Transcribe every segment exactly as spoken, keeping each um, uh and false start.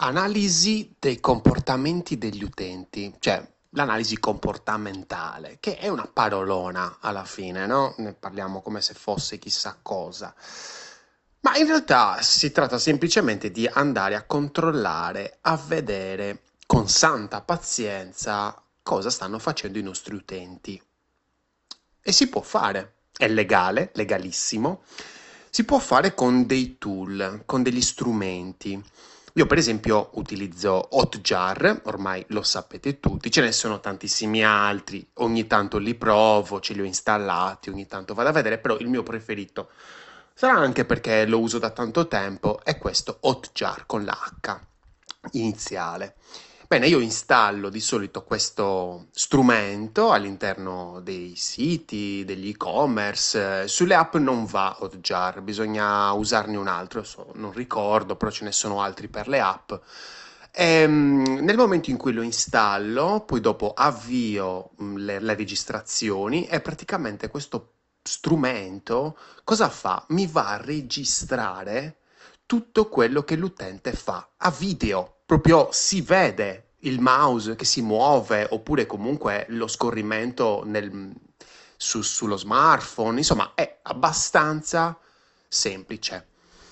Analisi dei comportamenti degli utenti, cioè l'analisi comportamentale, che è una parolona alla fine, no? Ne parliamo come se fosse chissà cosa. Ma in realtà si tratta semplicemente di andare a controllare, a vedere con santa pazienza cosa stanno facendo i nostri utenti. E si può fare, è legale, legalissimo, si può fare con dei tool, con degli strumenti. Io per esempio utilizzo Hotjar, ormai lo sapete tutti, ce ne sono tantissimi altri, ogni tanto li provo, ce li ho installati, ogni tanto vado a vedere, però il mio preferito sarà anche perché lo uso da tanto tempo, è questo Hotjar con la H iniziale. Bene, io installo di solito questo strumento all'interno dei siti, degli e-commerce. Sulle app non va Hotjar, bisogna usarne un altro, adesso non ricordo, però ce ne sono altri per le app. Ehm, nel momento in cui lo installo, poi dopo avvio mh, le, le registrazioni e praticamente questo strumento cosa fa? Mi va a registrare tutto quello che l'utente fa a video, proprio si vede il mouse che si muove oppure comunque lo scorrimento nel- su- sullo smartphone, insomma è abbastanza semplice.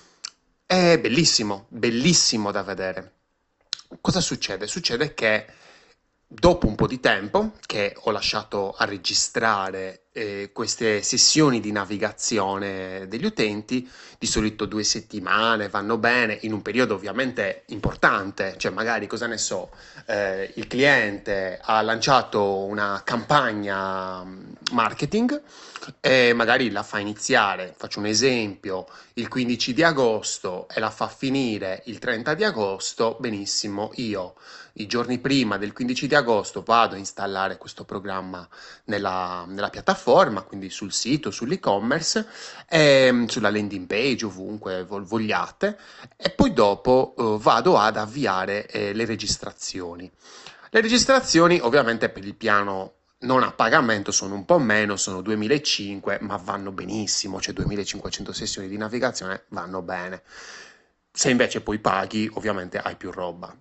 È bellissimo, bellissimo da vedere. Cosa succede? Succede che dopo un po' di tempo che ho lasciato a registrare eh, queste sessioni di navigazione degli utenti, di solito due settimane vanno bene, in un periodo ovviamente importante, cioè magari cosa ne so, eh, il cliente ha lanciato una campagna mm, marketing e magari la fa iniziare, faccio un esempio, il quindici di agosto e la fa finire il trenta di agosto, benissimo, io i giorni prima del quindici di agosto vado a installare questo programma nella, nella piattaforma, quindi sul sito, sull'e-commerce, e, sulla landing page, ovunque vogliate, e poi dopo eh, vado ad avviare eh, le registrazioni. Le registrazioni ovviamente per il piano non a pagamento sono un po' meno, sono duemilacinquecento, ma vanno benissimo, cioè duemilacinquecento sessioni di navigazione vanno bene. Se invece poi paghi, ovviamente hai più roba.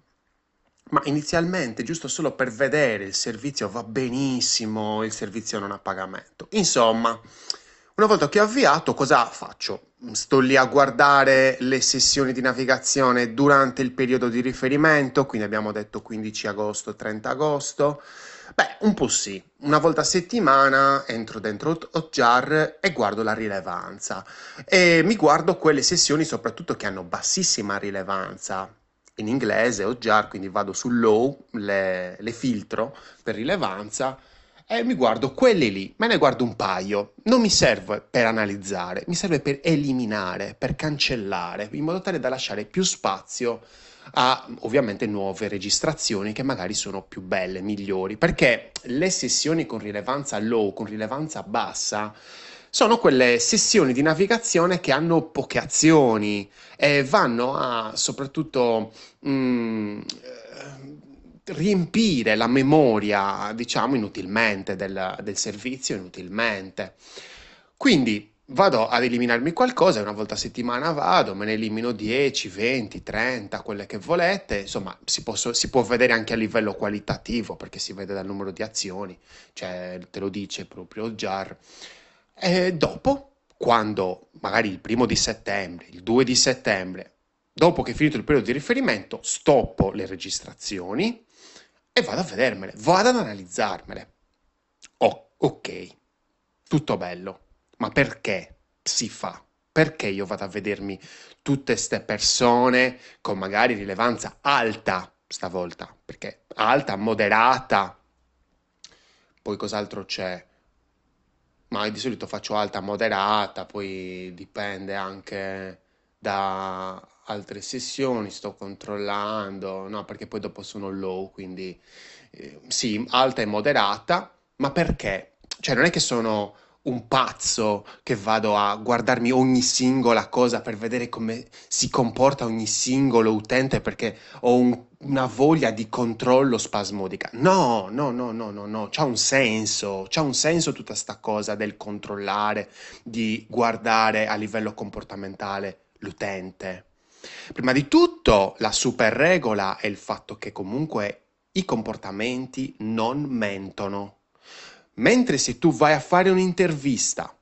Ma inizialmente, giusto solo per vedere il servizio va benissimo, il servizio non a pagamento. Insomma, una volta che ho avviato, cosa faccio? Sto lì a guardare le sessioni di navigazione durante il periodo di riferimento, quindi abbiamo detto quindici agosto, trenta agosto. Beh, un po' sì. Una volta a settimana entro dentro Hot- Hotjar e guardo la rilevanza. E mi guardo quelle sessioni soprattutto che hanno bassissima rilevanza in inglese, Hotjar, quindi vado su low, le, le filtro per rilevanza e mi guardo quelle lì, me ne guardo un paio. Non mi serve per analizzare, mi serve per eliminare, per cancellare, in modo tale da lasciare più spazio a ovviamente nuove registrazioni che magari sono più belle, migliori, perché le sessioni con rilevanza low, con rilevanza bassa, sono quelle sessioni di navigazione che hanno poche azioni e vanno a soprattutto mh, eh, riempire la memoria, diciamo, inutilmente del, del servizio, inutilmente. Quindi vado ad eliminarmi qualcosa e una volta a settimana vado, me ne elimino dieci, venti, trenta, quelle che volete, insomma si, posso- si può vedere anche a livello qualitativo perché si vede dal numero di azioni, cioè te lo dice proprio il jar. E dopo, quando magari il primo di settembre, il due di settembre, dopo che è finito il periodo di riferimento, stoppo le registrazioni e vado a vedermele, vado ad analizzarmele. Oh, ok, tutto bello, ma perché si fa? Perché io vado a vedermi tutte queste persone con magari rilevanza alta stavolta? Perché alta, moderata, poi cos'altro c'è? Ma di solito faccio alta, moderata, poi dipende anche da altre sessioni, sto controllando, no, perché poi dopo sono low, quindi eh, sì, alta e moderata, ma perché? Cioè non è che sono un pazzo che vado a guardarmi ogni singola cosa per vedere come si comporta ogni singolo utente perché ho un- una voglia di controllo spasmodica. No, no, no, no, no, no, c'ha un senso, c'ha un senso tutta sta cosa del controllare, di guardare a livello comportamentale l'utente. Prima di tutto, la super regola è il fatto che comunque i comportamenti non mentono. Mentre se tu vai a fare un'intervista,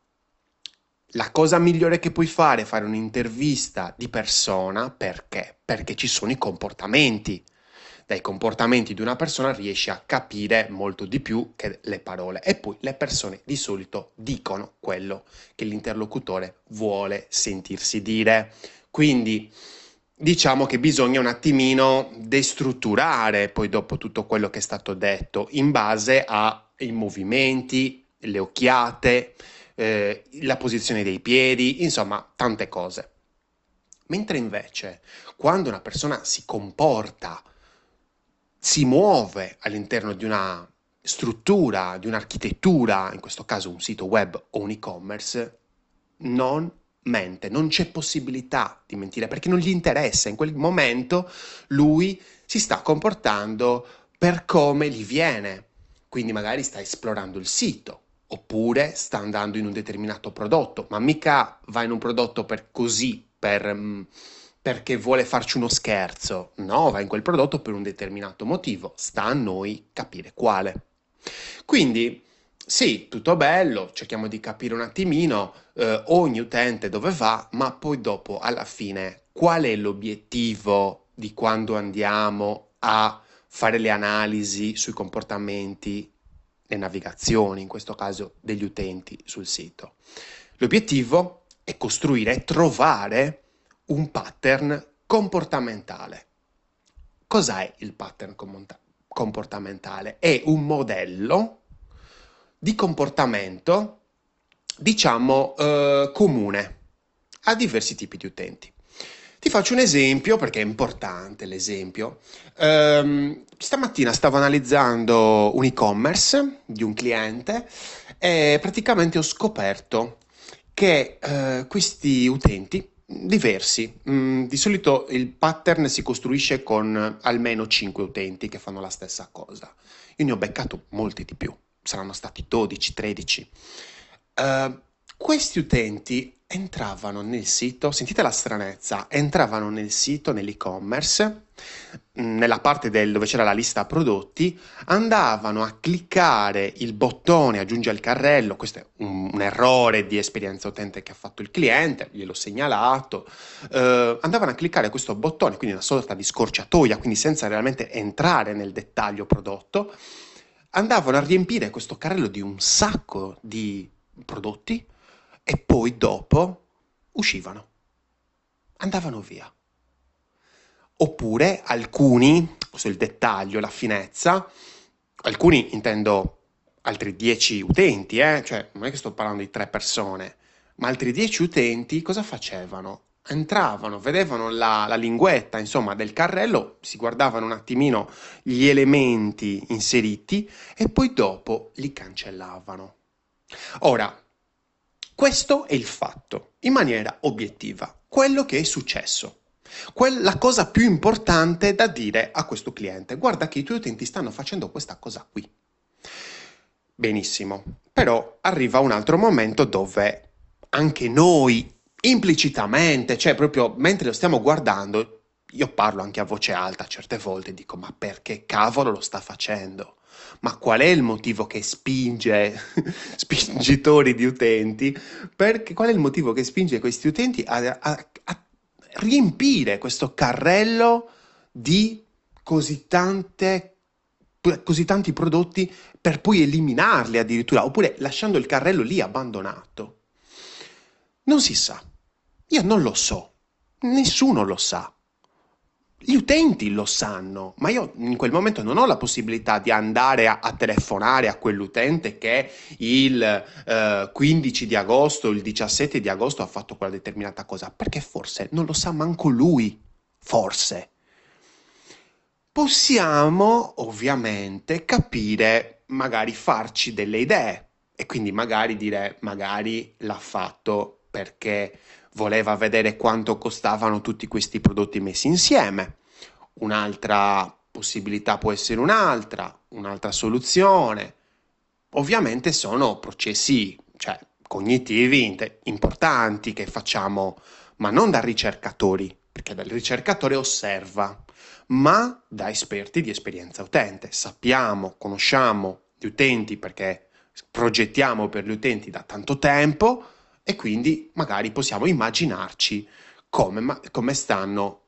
la cosa migliore che puoi fare è fare un'intervista di persona, perché? Perché ci sono i comportamenti. Dai comportamenti di una persona riesci a capire molto di più che le parole. E poi le persone di solito dicono quello che l'interlocutore vuole sentirsi dire. Quindi diciamo che bisogna un attimino destrutturare poi dopo tutto quello che è stato detto in base ai movimenti, le occhiate, eh, la posizione dei piedi, insomma tante cose. Mentre invece quando una persona si comporta, si muove all'interno di una struttura, di un'architettura, in questo caso un sito web o un e-commerce, non mente, non c'è possibilità di mentire perché non gli interessa. In quel momento lui si sta comportando per come gli viene. Quindi magari sta esplorando il sito, oppure sta andando in un determinato prodotto, ma mica va in un prodotto per così, per, mm, perché vuole farci uno scherzo. No, va in quel prodotto per un determinato motivo. Sta a noi capire quale. Quindi, sì, tutto bello, cerchiamo di capire un attimino eh, ogni utente dove va, ma poi dopo, alla fine, qual è l'obiettivo di quando andiamo a fare le analisi sui comportamenti, le navigazioni, in questo caso degli utenti sul sito? L'obiettivo è costruire e trovare un pattern comportamentale. Cos'è il pattern comportamentale? È un modello di comportamento, diciamo, eh, comune a diversi tipi di utenti. Ti faccio un esempio perché è importante l'esempio. Ehm, stamattina stavo analizzando un e-commerce di un cliente e praticamente ho scoperto che eh, questi utenti diversi, mm, di solito il pattern si costruisce con almeno cinque utenti che fanno la stessa cosa. Io ne ho beccato molti di più, saranno stati dodici, tredici. Eh, questi utenti entravano nel sito, sentite la stranezza, entravano nel sito, nell'e-commerce, mh, nella parte del- dove c'era la lista prodotti, andavano a cliccare il bottone aggiungi al carrello, questo è un, un errore di esperienza utente che ha fatto il cliente, gliel'ho segnalato, eh, andavano a cliccare questo bottone, quindi una sorta di scorciatoia, quindi senza realmente entrare nel dettaglio prodotto, andavano a riempire questo carrello di un sacco di prodotti e poi dopo uscivano, andavano via. Oppure alcuni, questo è il dettaglio, la finezza, alcuni intendo altri dieci utenti, eh? Cioè non è che sto parlando di tre persone, ma altri dieci utenti cosa facevano? Entravano, vedevano la, la linguetta, insomma, del carrello, si guardavano un attimino gli elementi inseriti e poi dopo li cancellavano. Ora, questo è il fatto, in maniera obiettiva, quello che è successo. Quel- la cosa più importante da dire a questo cliente, guarda che i tuoi utenti stanno facendo questa cosa qui. Benissimo, però arriva un altro momento dove anche noi, implicitamente, cioè proprio mentre lo stiamo guardando, io parlo anche a voce alta certe volte, dico ma perché cavolo lo sta facendo? Ma qual è il motivo che spinge spingitori di utenti? Perché, qual è il motivo che spinge questi utenti a, a- a riempire questo carrello di così tante, così tanti prodotti per poi eliminarli addirittura, oppure lasciando il carrello lì abbandonato? Non si sa. Io non lo so. Nessuno lo sa. Gli utenti lo sanno, ma io in quel momento non ho la possibilità di andare a, a telefonare a quell'utente che il eh, quindici di agosto, il diciassette di agosto ha fatto quella determinata cosa, perché forse non lo sa manco lui. Forse. Possiamo ovviamente capire, magari farci delle idee e quindi magari dire, magari l'ha fatto perché voleva vedere quanto costavano tutti questi prodotti messi insieme. Un'altra possibilità può essere un'altra, un'altra soluzione. Ovviamente sono processi, cioè, cognitivi inte- importanti che facciamo, ma non da ricercatori perché il ricercatore osserva, ma da esperti di esperienza utente. Sappiamo, conosciamo gli utenti perché progettiamo per gli utenti da tanto tempo e quindi magari possiamo immaginarci come, ma- come stanno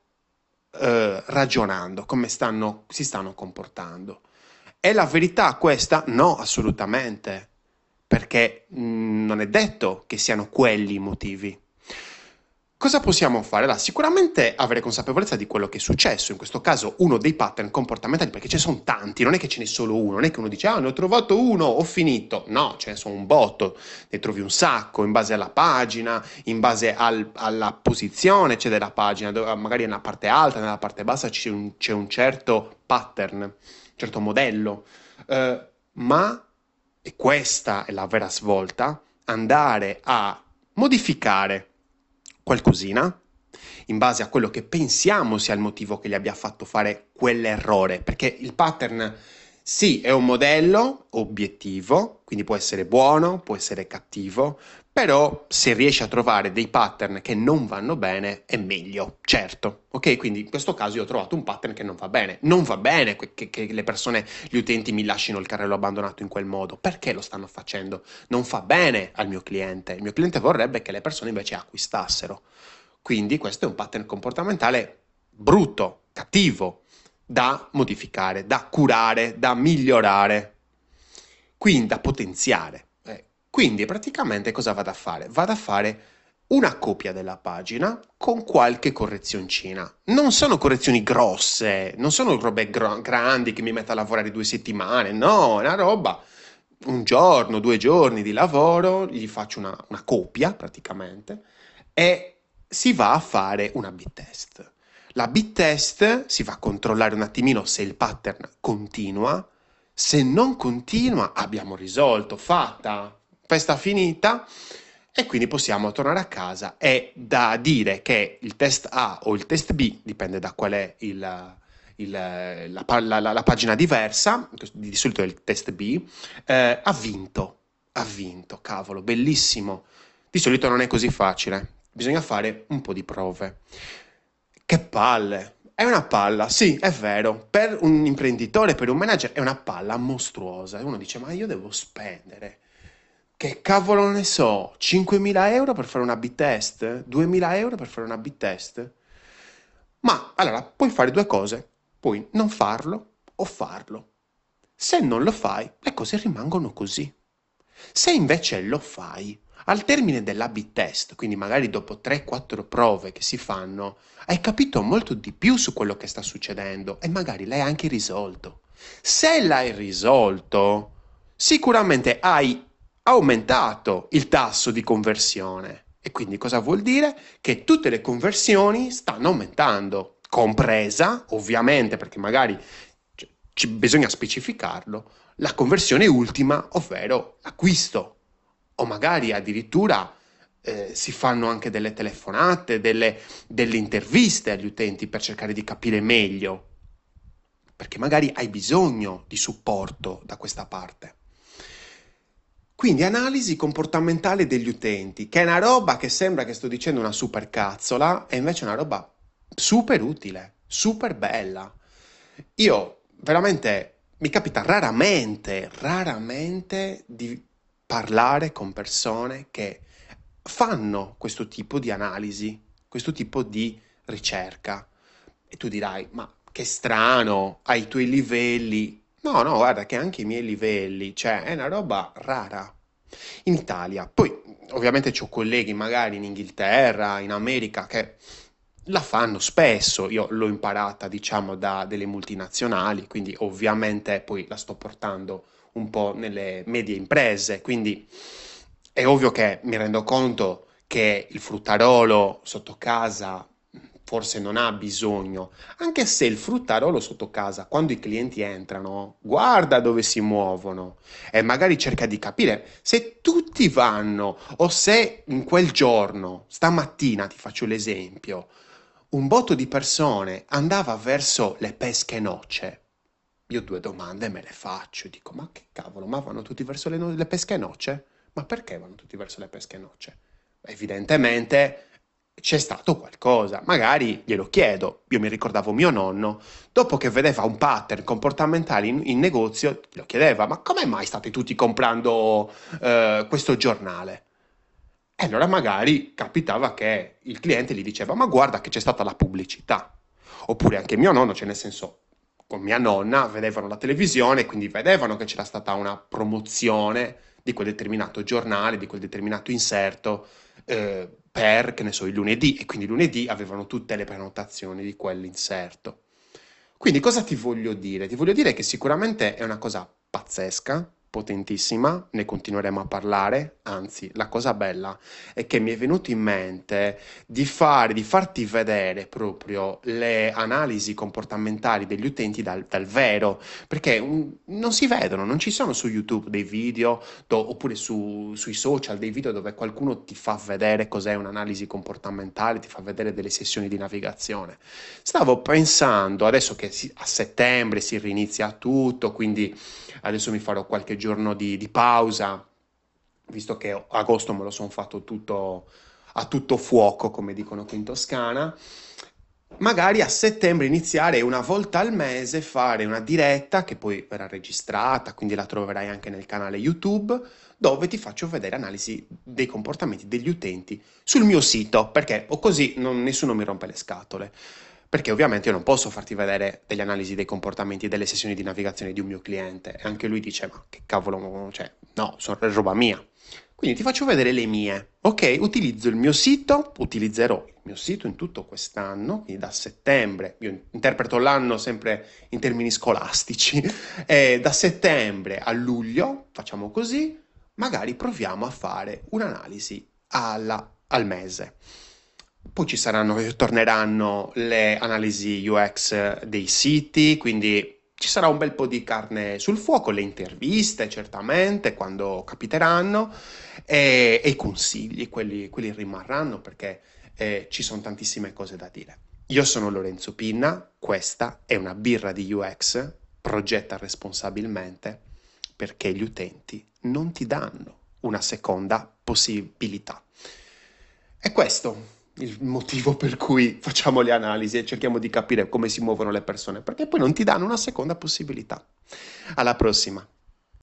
eh, ragionando, come stanno, si stanno comportando. È la verità questa? No, assolutamente, perché mh, non è detto che siano quelli i motivi. Cosa possiamo fare? Allora, sicuramente avere consapevolezza di quello che è successo, in questo caso uno dei pattern comportamentali, perché ce ne sono tanti, non è che ce n'è solo uno, non è che uno dice ah ne ho trovato uno, ho finito, no, ce ne sono un botto, ne trovi un sacco in base alla pagina, in base al- alla posizione c'è della pagina, dove magari nella parte alta, nella parte bassa c'è un, c'è un certo pattern, un certo modello. Eh, ma, e questa è la vera svolta, andare a modificare qualcosina in base a quello che pensiamo sia il motivo che gli abbia fatto fare quell'errore, perché il pattern sì è un modello obiettivo, quindi può essere buono, può essere cattivo, però se riesci a trovare dei pattern che non vanno bene è meglio, certo, ok? Quindi in questo caso io ho trovato un pattern che non va bene, non va bene che, che le persone, gli utenti mi lasciano il carrello abbandonato in quel modo, perché lo stanno facendo? Non fa bene al mio cliente, il mio cliente vorrebbe che le persone invece acquistassero. Quindi questo è un pattern comportamentale brutto, cattivo, da modificare, da curare, da migliorare, quindi da potenziare. Eh, quindi praticamente cosa vado a fare? Vado a fare una copia della pagina con qualche correzioncina. Non sono correzioni grosse, non sono robe gro- grandi che mi metto a lavorare due settimane, no, è una roba, un giorno, due giorni di lavoro, gli faccio una, una copia praticamente e si va a fare una bit test. La bit test si va a controllare un attimino se il pattern continua. Se non continua, abbiamo risolto, fatta, festa finita, e quindi possiamo tornare a casa. È da dire che il test A o il test B, dipende da qual è il, il- la, pa- la- la- la pagina diversa, di solito è il test B, eh, ha vinto. Ha vinto, cavolo, bellissimo. Di solito non è così facile, bisogna fare un po' di prove. Che palle! È una palla, sì, è vero. Per un imprenditore, per un manager, è una palla mostruosa. E uno dice, ma io devo spendere. Che cavolo ne so, cinquemila euro per fare una B-test? duemila euro per fare una B-test? Ma allora puoi fare due cose. Puoi non farlo o farlo. Se non lo fai, le cose rimangono così. Se invece lo fai, al termine dell'A B test, quindi magari dopo tre quattro prove che si fanno, hai capito molto di più su quello che sta succedendo e magari l'hai anche risolto. Se l'hai risolto, sicuramente hai aumentato il tasso di conversione. E quindi cosa vuol dire? Che tutte le conversioni stanno aumentando, compresa, ovviamente, perché magari cioè, ci- bisogna specificarlo, la conversione ultima, ovvero l'acquisto. O magari addirittura eh, si fanno anche delle telefonate, delle, delle interviste agli utenti per cercare di capire meglio, perché magari hai bisogno di supporto da questa parte. Quindi analisi comportamentale degli utenti, che è una roba che sembra che sto dicendo una super cazzola, è invece una roba super utile, super bella. Io veramente mi capita raramente, raramente di parlare con persone che fanno questo tipo di analisi, questo tipo di ricerca. E tu dirai, ma che strano, ai tuoi livelli. No, no, guarda che anche i miei livelli, cioè è una roba rara. In Italia, poi ovviamente ho colleghi magari in Inghilterra, in America che la fanno spesso, io l'ho imparata diciamo da delle multinazionali, quindi ovviamente poi la sto portando un po' nelle medie imprese, quindi è ovvio che mi rendo conto che il fruttarolo sotto casa forse non ha bisogno, anche se il fruttarolo sotto casa, quando i clienti entrano, guarda dove si muovono e magari cerca di capire se tutti vanno o se in quel giorno, stamattina ti faccio l'esempio, un botto di persone andava verso le pesche nocce. Io due domande me le faccio, dico, ma che cavolo, ma vanno tutti verso le, no- le pesche nocce? Ma perché vanno tutti verso le pesche nocce? Evidentemente c'è stato qualcosa. Magari glielo chiedo, io mi ricordavo mio nonno, dopo che vedeva un pattern comportamentale in, in negozio, lo chiedeva, ma come mai state tutti comprando eh, questo giornale? E allora magari capitava che il cliente gli diceva, ma guarda che c'è stata la pubblicità. Oppure anche mio nonno, cioè nel senso, con mia nonna vedevano la televisione, quindi vedevano che c'era stata una promozione di quel determinato giornale, di quel determinato inserto, eh, per, che ne so, il lunedì, e quindi lunedì avevano tutte le prenotazioni di quell'inserto. Quindi cosa ti voglio dire? Ti voglio dire che sicuramente è una cosa pazzesca, potentissima, ne continueremo a parlare, anzi, la cosa bella è che mi è venuto in mente di fare, di farti vedere proprio le analisi comportamentali degli utenti dal, dal vero, perché mm, non si vedono, non ci sono su YouTube dei video do- oppure su- sui social dei video dove qualcuno ti fa vedere cos'è un'analisi comportamentale, ti fa vedere delle sessioni di navigazione. Stavo pensando, adesso che si- a settembre si rinizia tutto, quindi adesso mi farò qualche giorno di, di pausa, visto che agosto me lo sono fatto tutto a tutto fuoco, come dicono qui in Toscana. Magari a settembre iniziare una volta al mese fare una diretta che poi verrà registrata, quindi la troverai anche nel canale YouTube, dove ti faccio vedere analisi dei comportamenti degli utenti sul mio sito, perché o così non- nessuno mi rompe le scatole. Perché ovviamente io non posso farti vedere delle analisi dei comportamenti delle sessioni di navigazione di un mio cliente. E anche lui dice, ma che cavolo, cioè, no, sono roba mia. Quindi ti faccio vedere le mie. Ok, utilizzo il mio sito, utilizzerò il mio sito in tutto quest'anno, quindi da settembre, io interpreto l'anno sempre in termini scolastici, e da settembre a luglio, facciamo così, magari proviamo a fare un'analisi alla- al mese. Poi ci saranno, torneranno le analisi U X dei siti, quindi ci sarà un bel po' di carne sul fuoco, le interviste certamente quando capiteranno e, e i consigli, quelli, quelli rimarranno perché eh, ci sono tantissime cose da dire. Io sono Lorenzo Pinna, questa è una birra di U X, progetta responsabilmente perché gli utenti non ti danno una seconda possibilità. È questo il motivo per cui facciamo le analisi e cerchiamo di capire come si muovono le persone, perché poi non ti danno una seconda possibilità. Alla prossima.